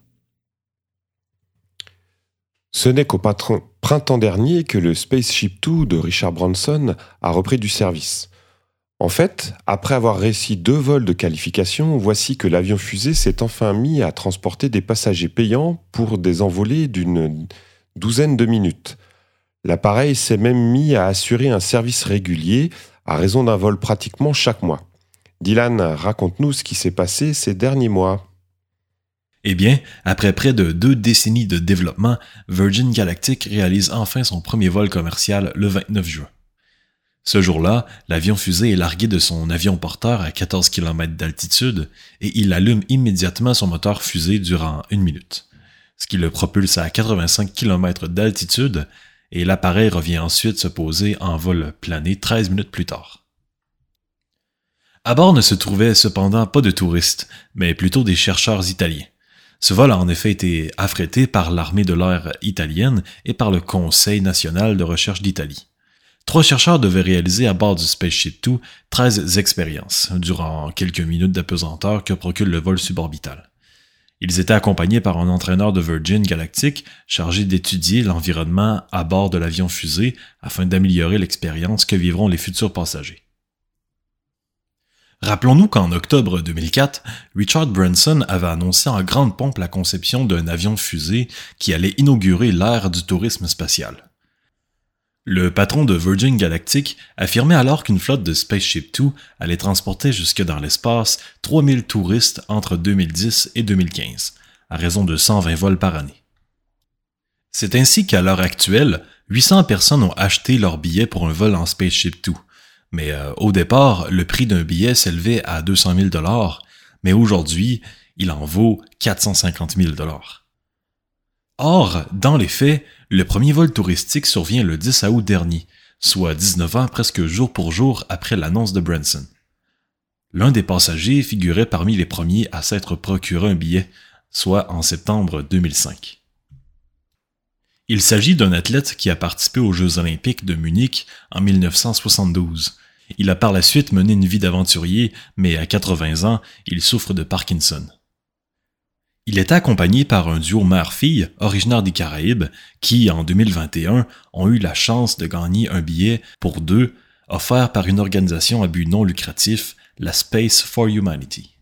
[SPEAKER 3] Ce n'est qu'au printemps dernier que le Spaceship deux de Richard Branson a repris du service. En fait, après avoir réussi deux vols de qualification, voici que l'avion-fusée s'est enfin mis à transporter des passagers payants pour des envolées d'une douzaine de minutes. L'appareil s'est même mis à assurer un service régulier à raison d'un vol pratiquement chaque mois. Dylan, raconte-nous ce qui s'est passé ces derniers mois.
[SPEAKER 4] Eh bien, après près de deux décennies de développement, Virgin Galactic réalise enfin son premier vol commercial le vingt-neuf juin. Ce jour-là, l'avion-fusée est largué de son avion-porteur à quatorze kilomètres d'altitude et il allume immédiatement son moteur fusée durant une minute, ce qui le propulse à quatre-vingt-cinq kilomètres d'altitude et l'appareil revient ensuite se poser en vol plané treize minutes plus tard. À bord ne se trouvaient cependant pas de touristes, mais plutôt des chercheurs italiens. Ce vol a en effet été affrété par l'armée de l'air italienne et par le Conseil national de recherche d'Italie. Trois chercheurs devaient réaliser à bord du Spaceship deux treize expériences, durant quelques minutes d'apesanteur que procure le vol suborbital. Ils étaient accompagnés par un entraîneur de Virgin Galactic chargé d'étudier l'environnement à bord de l'avion-fusée afin d'améliorer l'expérience que vivront les futurs passagers. Rappelons-nous qu'en octobre deux mille quatre, Richard Branson avait annoncé en grande pompe la conception d'un avion-fusée qui allait inaugurer l'ère du tourisme spatial. Le patron de Virgin Galactic affirmait alors qu'une flotte de Spaceship deux allait transporter jusque dans l'espace trois mille touristes entre deux mille dix et deux mille quinze, à raison de cent vingt vols par année. C'est ainsi qu'à l'heure actuelle, huit cents personnes ont acheté leur billet pour un vol en Spaceship deux. Mais euh, au départ, le prix d'un billet s'élevait à deux cent mille dollars, mais aujourd'hui, il en vaut quatre cent cinquante mille dollars. Or, dans les faits, le premier vol touristique survient le dix août dernier, soit dix-neuf ans presque jour pour jour après l'annonce de Branson. L'un des passagers figurait parmi les premiers à s'être procuré un billet, soit en septembre deux mille cinq. Il s'agit d'un athlète qui a participé aux Jeux olympiques de Munich en mille neuf cent soixante-douze. Il a par la suite mené une vie d'aventurier, mais à quatre-vingts ans, il souffre de Parkinson. Il était accompagné par un duo mère-fille originaire des Caraïbes qui, en deux mille vingt et un, ont eu la chance de gagner un billet pour deux offert par une organisation à but non lucratif, la Space for Humanity.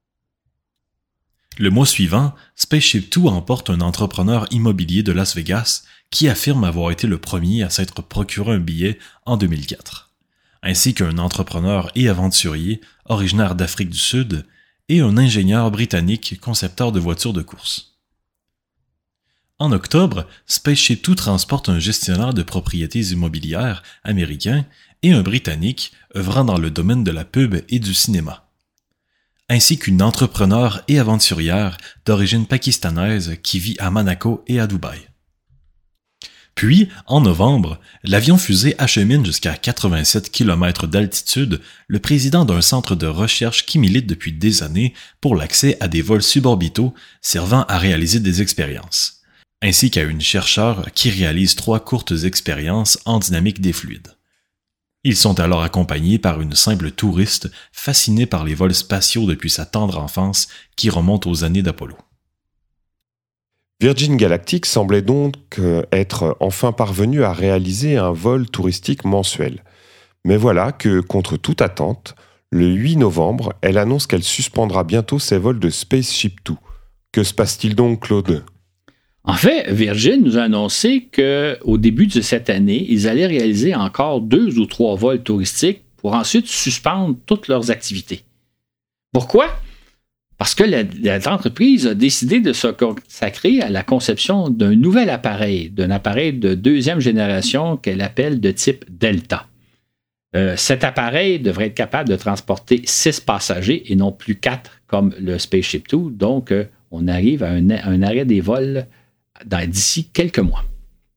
[SPEAKER 4] Le mois suivant, Spaceship deux emporte un entrepreneur immobilier de Las Vegas qui affirme avoir été le premier à s'être procuré un billet en deux mille quatre, ainsi qu'un entrepreneur et aventurier originaire d'Afrique du Sud et un ingénieur britannique concepteur de voitures de course. En octobre, Spaceship deux transporte un gestionnaire de propriétés immobilières américain et un Britannique œuvrant dans le domaine de la pub et du cinéma, ainsi qu'une entrepreneure et aventurière d'origine pakistanaise qui vit à Monaco et à Dubaï. Puis, en novembre, l'avion-fusée achemine jusqu'à quatre-vingt-sept kilomètres d'altitude le président d'un centre de recherche qui milite depuis des années pour l'accès à des vols suborbitaux servant à réaliser des expériences, ainsi qu'à une chercheure qui réalise trois courtes expériences en dynamique des fluides. Ils sont alors accompagnés par une simple touriste fascinée par les vols spatiaux depuis sa tendre enfance qui remonte aux années d'Apollo.
[SPEAKER 3] Virgin Galactic semblait donc être enfin parvenu à réaliser un vol touristique mensuel. Mais voilà que, contre toute attente, le huit novembre, elle annonce qu'elle suspendra bientôt ses vols de Spaceship deux. Que se passe-t-il donc, Claude ?
[SPEAKER 2] En fait, Virgin nous a annoncé qu'au début de cette année, ils allaient réaliser encore deux ou trois vols touristiques pour ensuite suspendre toutes leurs activités. Pourquoi? Parce que l'entreprise a décidé de se consacrer à la conception d'un nouvel appareil, d'un appareil de deuxième génération qu'elle appelle de type Delta. Euh, cet appareil devrait être capable de transporter six passagers et non plus quatre comme le Spaceship deux. Donc, euh, on arrive à un, un arrêt des vols dans, d'ici quelques mois.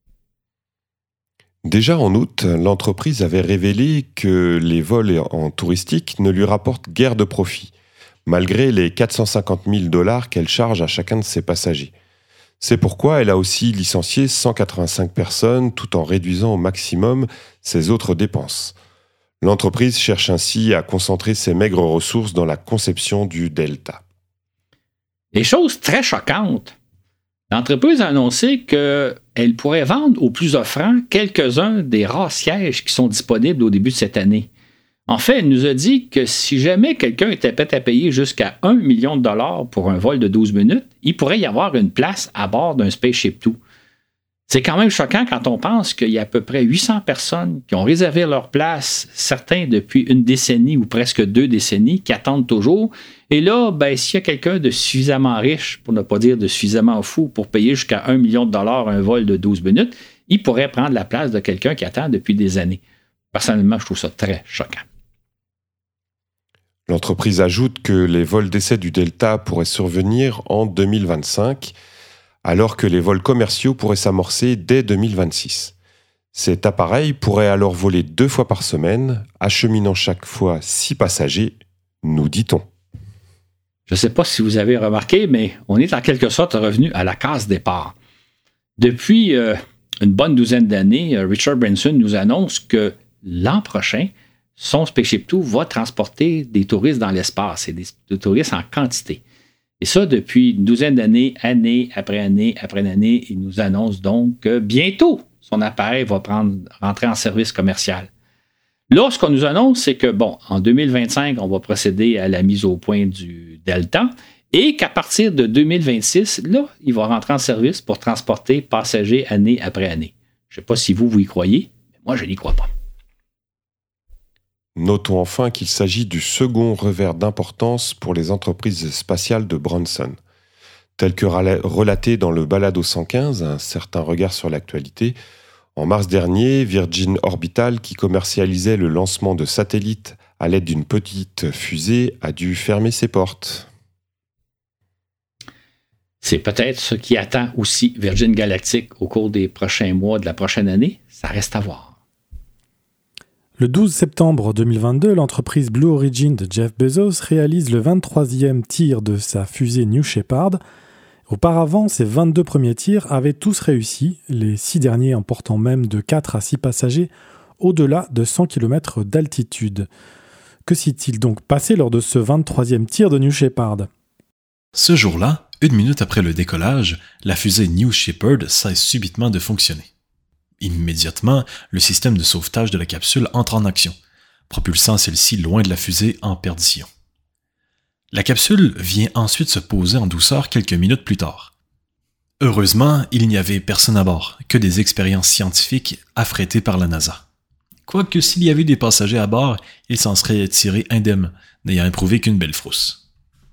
[SPEAKER 3] Déjà en août, l'entreprise avait révélé que les vols en touristique ne lui rapportent guère de profit, malgré les quatre cent cinquante mille dollars qu'elle charge à chacun de ses passagers. C'est pourquoi elle a aussi licencié cent quatre-vingt-cinq personnes tout en réduisant au maximum ses autres dépenses. L'entreprise cherche ainsi à concentrer ses maigres ressources dans la conception du Delta.
[SPEAKER 2] Et chose très choquante, l'entreprise a annoncé qu'elle pourrait vendre aux plus offrants quelques-uns des rares sièges qui sont disponibles au début de cette année. En fait, elle nous a dit que si jamais quelqu'un était prêt à payer jusqu'à un million de dollars pour un vol de douze minutes, il pourrait y avoir une place à bord d'un Spaceship deux. C'est quand même choquant quand on pense qu'il y a à peu près huit cents personnes qui ont réservé leur place, certains depuis une décennie ou presque deux décennies, qui attendent toujours. Et là, ben, s'il y a quelqu'un de suffisamment riche, pour ne pas dire de suffisamment fou, pour payer jusqu'à un million de dollars un vol de douze minutes, il pourrait prendre la place de quelqu'un qui attend depuis des années. Personnellement, je trouve ça très choquant.
[SPEAKER 3] L'entreprise ajoute que les vols d'essai du Delta pourraient survenir en deux mille vingt-cinq, alors que les vols commerciaux pourraient s'amorcer dès deux mille vingt-six. Cet appareil pourrait alors voler deux fois par semaine, acheminant chaque fois six passagers, nous dit-on.
[SPEAKER 2] Je ne sais pas si vous avez remarqué, mais on est en quelque sorte revenu à la case départ. Depuis euh, une bonne douzaine d'années, Richard Branson nous annonce que l'an prochain, son Spaceship Two va transporter des touristes dans l'espace et des, des touristes en quantité. Et ça, depuis une douzaine d'années, année après année après année, il nous annonce donc que bientôt, son appareil va prendre, rentrer en service commercial. Là, ce qu'on nous annonce, c'est que, bon, en deux mille vingt-cinq, on va procéder à la mise au point du Delta et qu'à partir de deux mille vingt-six, là, il va rentrer en service pour transporter passagers année après année. Je ne sais pas si vous, vous y croyez, mais moi, je n'y crois pas.
[SPEAKER 3] Notons enfin qu'il s'agit du second revers d'importance pour les entreprises spatiales de Branson. Tel que relaté dans le Balado cent quinze, un certain regard sur l'actualité, en mars dernier, Virgin Orbital, qui commercialisait le lancement de satellites à l'aide d'une petite fusée, a dû fermer ses portes.
[SPEAKER 2] C'est peut-être ce qui attend aussi Virgin Galactic au cours des prochains mois de la prochaine année. Ça reste à voir.
[SPEAKER 1] Le douze septembre deux mille vingt-deux, l'entreprise Blue Origin de Jeff Bezos réalise le vingt-troisième tir de sa fusée New Shepard. Auparavant, ces vingt-deux premiers tirs avaient tous réussi, les six derniers emportant même de quatre à six passagers au-delà de cent kilomètres d'altitude. Que s'est-il donc passé lors de ce vingt-troisième tir de New Shepard ?
[SPEAKER 4] Ce jour-là, une minute après le décollage, la fusée New Shepard cesse subitement de fonctionner. Immédiatement, le système de sauvetage de la capsule entre en action, propulsant celle-ci loin de la fusée en perdition. La capsule vient ensuite se poser en douceur quelques minutes plus tard. Heureusement, il n'y avait personne à bord, que des expériences scientifiques affrétées par la NASA. Quoique s'il y avait eu des passagers à bord, ils s'en seraient tirés indemnes, n'ayant éprouvé qu'une belle frousse.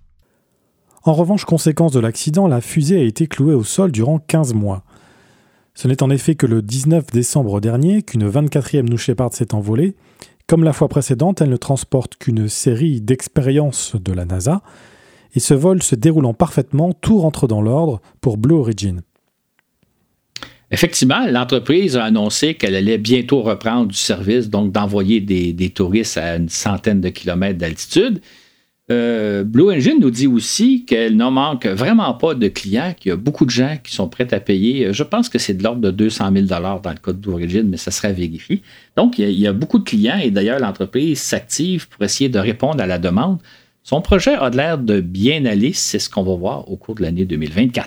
[SPEAKER 1] En revanche, conséquence de l'accident, la fusée a été clouée au sol durant quinze mois. Ce n'est en effet que le dix-neuf décembre dernier qu'une vingt-quatrième New Shepard s'est envolée. Comme la fois précédente, elle ne transporte qu'une série d'expériences de la NASA. Et ce vol se déroulant parfaitement, tout rentre dans l'ordre pour Blue Origin.
[SPEAKER 2] Effectivement, l'entreprise a annoncé qu'elle allait bientôt reprendre du service, donc d'envoyer des, des touristes à une centaine de kilomètres d'altitude. Euh, Blue Origin nous dit aussi qu'elle n'en manque vraiment pas de clients, qu'il y a beaucoup de gens qui sont prêts à payer. Je pense que c'est de l'ordre de deux cent mille dollars dans le cas de Blue Origin, mais ça serait vérifié. Donc, il y, a, il y a beaucoup de clients et d'ailleurs, l'entreprise s'active pour essayer de répondre à la demande. Son projet a l'air de bien aller, c'est ce qu'on va voir au cours de l'année deux mille vingt-quatre.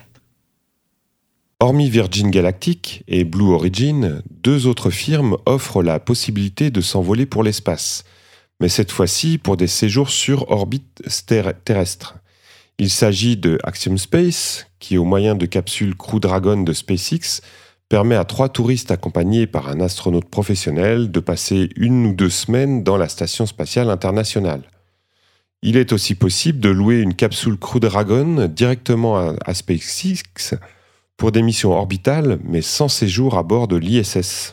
[SPEAKER 3] Hormis Virgin Galactic et Blue Origin, deux autres firmes offrent la possibilité de s'envoler pour l'espace, mais cette fois-ci pour des séjours sur orbite terrestre. Il s'agit de Axiom Space, qui au moyen de capsules Crew Dragon de SpaceX, permet à trois touristes accompagnés par un astronaute professionnel de passer une ou deux semaines dans la Station spatiale internationale. Il est aussi possible de louer une capsule Crew Dragon directement à, à SpaceX pour des missions orbitales, mais sans séjour à bord de l'I S S.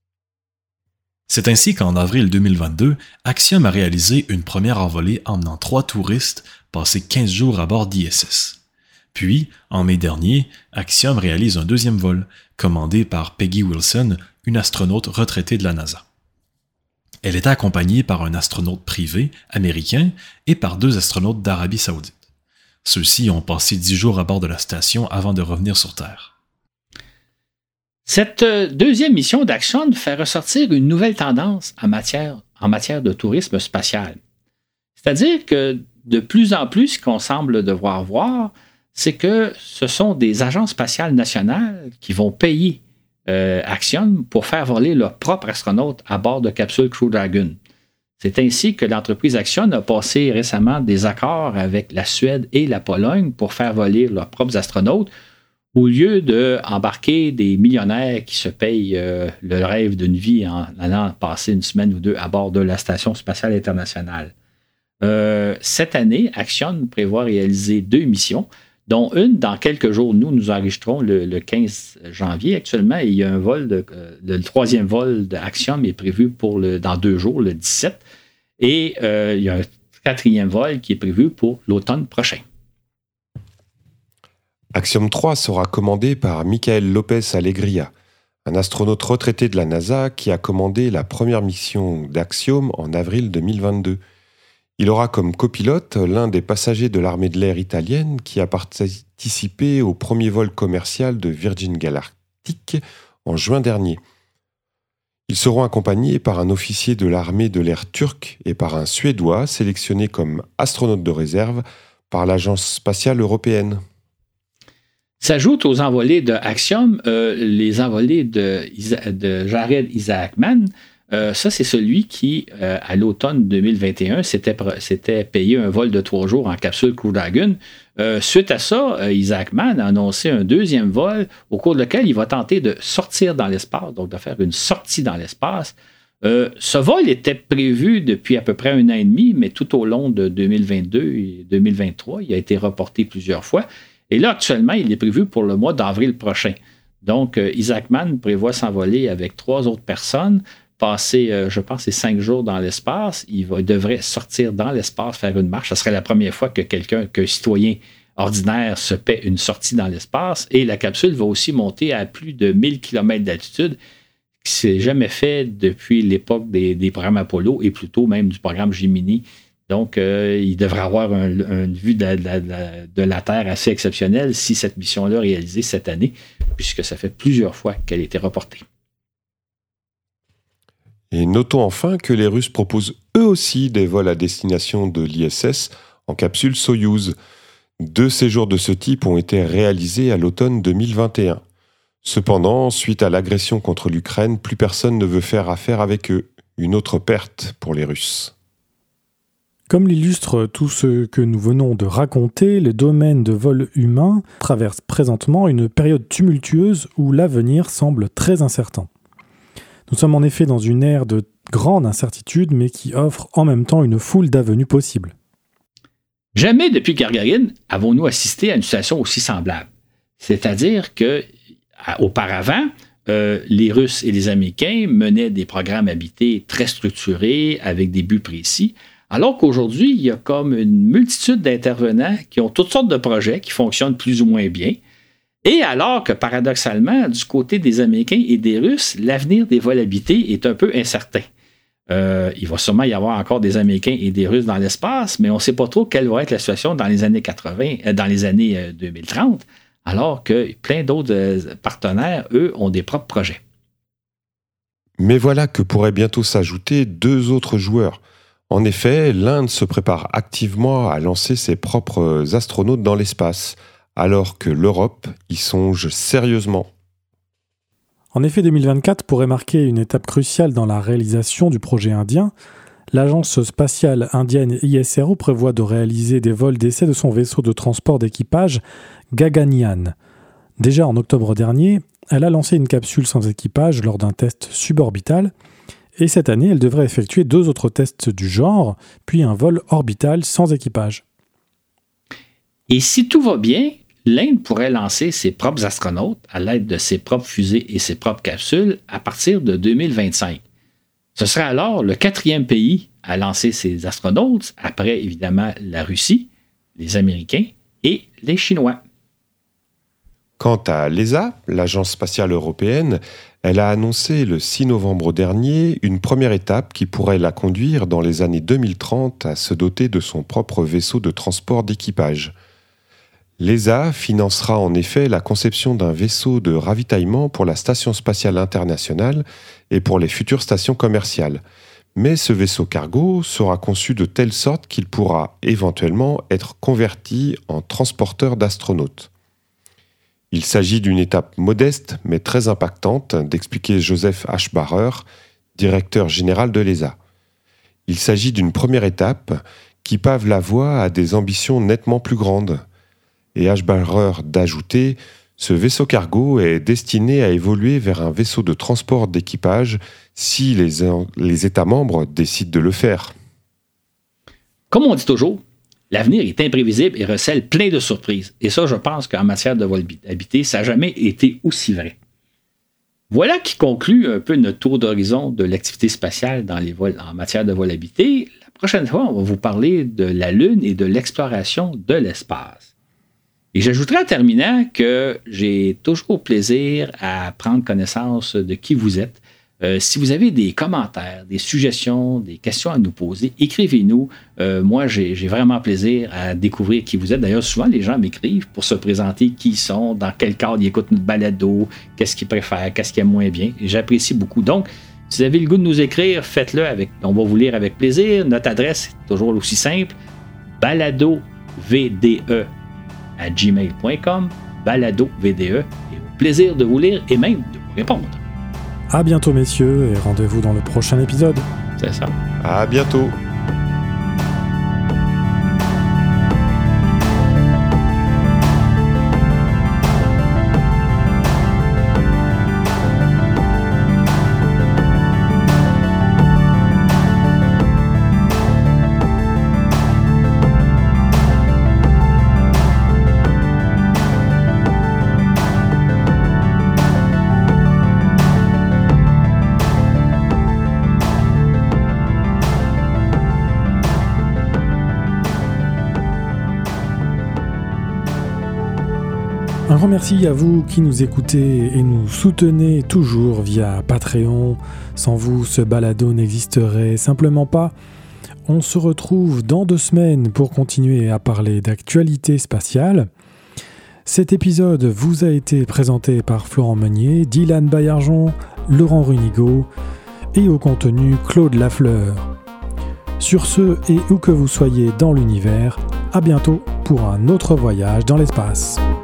[SPEAKER 4] C'est ainsi qu'en avril deux mille vingt-deux, Axiom a réalisé une première envolée emmenant trois touristes passés quinze jours à bord d'I S S. Puis, en mai dernier, Axiom réalise un deuxième vol, commandé par Peggy Wilson, une astronaute retraitée de la NASA. Elle était accompagnée par un astronaute privé américain et par deux astronautes d'Arabie Saoudite. Ceux-ci ont passé dix jours à bord de la station avant de revenir sur Terre.
[SPEAKER 2] Cette deuxième mission d'Axiom fait ressortir une nouvelle tendance en matière, en matière de tourisme spatial. C'est-à-dire que de plus en plus, ce qu'on semble devoir voir, c'est que ce sont des agences spatiales nationales qui vont payer euh, Axiom pour faire voler leurs propres astronautes à bord de capsules Crew Dragon. C'est ainsi que l'entreprise Axiom a passé récemment des accords avec la Suède et la Pologne pour faire voler leurs propres astronautes au lieu d'embarquer des millionnaires qui se payent euh, le rêve d'une vie en allant passer une semaine ou deux à bord de la Station spatiale internationale. Euh, cette année, Axiom prévoit réaliser deux missions. dont une dans quelques jours. Nous, nous enregistrons le, le quinze janvier actuellement et il y a un vol, de, le troisième vol d'Axiom est prévu pour le, dans deux jours, le dix-sept. Et euh, il y a un quatrième vol qui est prévu pour l'automne prochain.
[SPEAKER 3] Axiom trois sera commandé par Michael Lopez Alegria, un astronaute retraité de la NASA qui a commandé la première mission d'Axiom en avril deux mille vingt-deux. Il aura comme copilote l'un des passagers de l'armée de l'air italienne qui a participé au premier vol commercial de Virgin Galactic en juin dernier. Ils seront accompagnés par un officier de l'armée de l'air turque et par un Suédois sélectionné comme astronaute de réserve par l'Agence spatiale européenne.
[SPEAKER 2] S'ajoutent aux envolées de Axiom euh, les envolées de, Isa- de Jared Isaacman. Euh, ça, c'est celui qui, euh, à l'automne deux mille vingt et un, s'était, s'était payé un vol de trois jours en capsule Crew Dragon. Euh, suite à ça, euh, Isaacman a annoncé un deuxième vol au cours duquel il va tenter de sortir dans l'espace, donc de faire une sortie dans l'espace. Euh, ce vol était prévu depuis à peu près un an et demi, mais tout au long de deux mille vingt-deux et deux mille vingt-trois, il a été reporté plusieurs fois. Et là, actuellement, il est prévu pour le mois d'avril prochain. Donc, euh, Isaacman prévoit s'envoler avec trois autres personnes, passer, euh, je pense, c'est cinq jours dans l'espace. Il, va, il devrait sortir dans l'espace, faire une marche. Ce serait la première fois que quelqu'un, qu'un citoyen ordinaire se paie une sortie dans l'espace. Et la capsule va aussi monter à plus de mille kilomètres d'altitude, qui ne s'est jamais fait depuis l'époque des, des programmes Apollo et plutôt même du programme Gemini. Donc, euh, il devrait avoir un, un, une vue de, de, de, de la Terre assez exceptionnelle si cette mission-là est réalisée cette année, puisque ça fait plusieurs fois qu'elle a été reportée.
[SPEAKER 3] Et notons enfin que les Russes proposent eux aussi des vols à destination de l'I S S en capsule Soyouz. Deux séjours de ce type ont été réalisés à l'automne deux mille vingt et un. Cependant, suite à l'agression contre l'Ukraine, plus personne ne veut faire affaire avec eux. Une autre perte pour les Russes.
[SPEAKER 1] Comme l'illustre tout ce que nous venons de raconter, les domaines de vol humain traversent présentement une période tumultueuse où l'avenir semble très incertain. Nous sommes en effet dans une ère de grande incertitude, mais qui offre en même temps une foule d'avenues possibles.
[SPEAKER 2] Jamais depuis Gargarine avons-nous assisté à une situation aussi semblable. C'est-à-dire que, auparavant, euh, les Russes et les Américains menaient des programmes habités très structurés, avec des buts précis, alors qu'aujourd'hui, il y a comme une multitude d'intervenants qui ont toutes sortes de projets qui fonctionnent plus ou moins bien. Et alors que, paradoxalement, du côté des Américains et des Russes, l'avenir des vols habités est un peu incertain. Euh, il va sûrement y avoir encore des Américains et des Russes dans l'espace, mais on ne sait pas trop quelle va être la situation dans les années quatre-vingts, euh, dans les années euh, deux mille trente, alors que plein d'autres euh, partenaires, eux, ont des propres projets.
[SPEAKER 3] Mais voilà que pourraient bientôt s'ajouter deux autres joueurs. En effet, l'Inde se prépare activement à lancer ses propres astronautes dans l'espace, alors que l'Europe y songe sérieusement.
[SPEAKER 1] En effet, deux mille vingt-quatre pourrait marquer une étape cruciale dans la réalisation du projet indien. L'agence spatiale indienne I S R O prévoit de réaliser des vols d'essai de son vaisseau de transport d'équipage Gaganyaan. Déjà en octobre dernier, elle a lancé une capsule sans équipage lors d'un test suborbital, et cette année, elle devrait effectuer deux autres tests du genre, puis un vol orbital sans équipage.
[SPEAKER 2] Et si tout va bien, l'Inde pourrait lancer ses propres astronautes à l'aide de ses propres fusées et ses propres capsules à partir de deux mille vingt-cinq. Ce serait alors le quatrième pays à lancer ses astronautes, après évidemment la Russie, les Américains et les Chinois.
[SPEAKER 3] Quant à l'E S A, l'Agence spatiale européenne, elle a annoncé le six novembre dernier une première étape qui pourrait la conduire dans les années deux mille trente à se doter de son propre vaisseau de transport d'équipage. L'E S A financera en effet la conception d'un vaisseau de ravitaillement pour la Station spatiale internationale et pour les futures stations commerciales. Mais ce vaisseau cargo sera conçu de telle sorte qu'il pourra éventuellement être converti en transporteur d'astronautes. Il s'agit d'une étape modeste mais très impactante, d'expliquer Joseph Aschbacher, directeur général de l'E S A. Il s'agit d'une première étape qui pave la voie à des ambitions nettement plus grandes. Et Aschbacher d'ajouter, ce vaisseau cargo est destiné à évoluer vers un vaisseau de transport d'équipage si les, les États membres décident de le faire.
[SPEAKER 2] Comme on dit toujours, L'avenir est imprévisible et recèle plein de surprises. Et ça, je pense qu'en matière de vol habité, ça n'a jamais été aussi vrai. Voilà qui conclut un peu notre tour d'horizon de l'activité spatiale dans les vols, en matière de vol habité. La prochaine fois, on va vous parler de la Lune et de l'exploration de l'espace. Et j'ajouterai en terminant que j'ai toujours plaisir à prendre connaissance de qui vous êtes. Euh, si vous avez des commentaires, des suggestions, des questions à nous poser, écrivez-nous. Euh, moi, j'ai, j'ai vraiment plaisir à découvrir qui vous êtes. D'ailleurs, souvent, les gens m'écrivent pour se présenter qui ils sont, dans quel cadre ils écoutent notre balado, qu'est-ce qu'ils préfèrent, qu'est-ce qu'ils aiment moins bien. Et j'apprécie beaucoup. Donc, si vous avez le goût de nous écrire, faites-le. Avec, on va vous lire avec plaisir. Notre adresse est toujours aussi simple. baladovde à gmail point com. baladovde. Et au plaisir de vous lire et même de vous répondre.
[SPEAKER 1] À bientôt messieurs et rendez-vous dans le prochain épisode.
[SPEAKER 2] C'est ça.
[SPEAKER 3] À bientôt.
[SPEAKER 1] Un grand merci à vous qui nous écoutez et nous soutenez toujours via Patreon. Sans vous, ce balado n'existerait simplement pas. On se retrouve dans deux semaines pour continuer à parler d'actualité spatiale. Cet épisode vous a été présenté par Florent Meunier, Dylan Baillargeon, Laurent Runigo et au contenu Claude Lafleur. Sur ce, et où que vous soyez dans l'univers, à bientôt pour un autre voyage dans l'espace.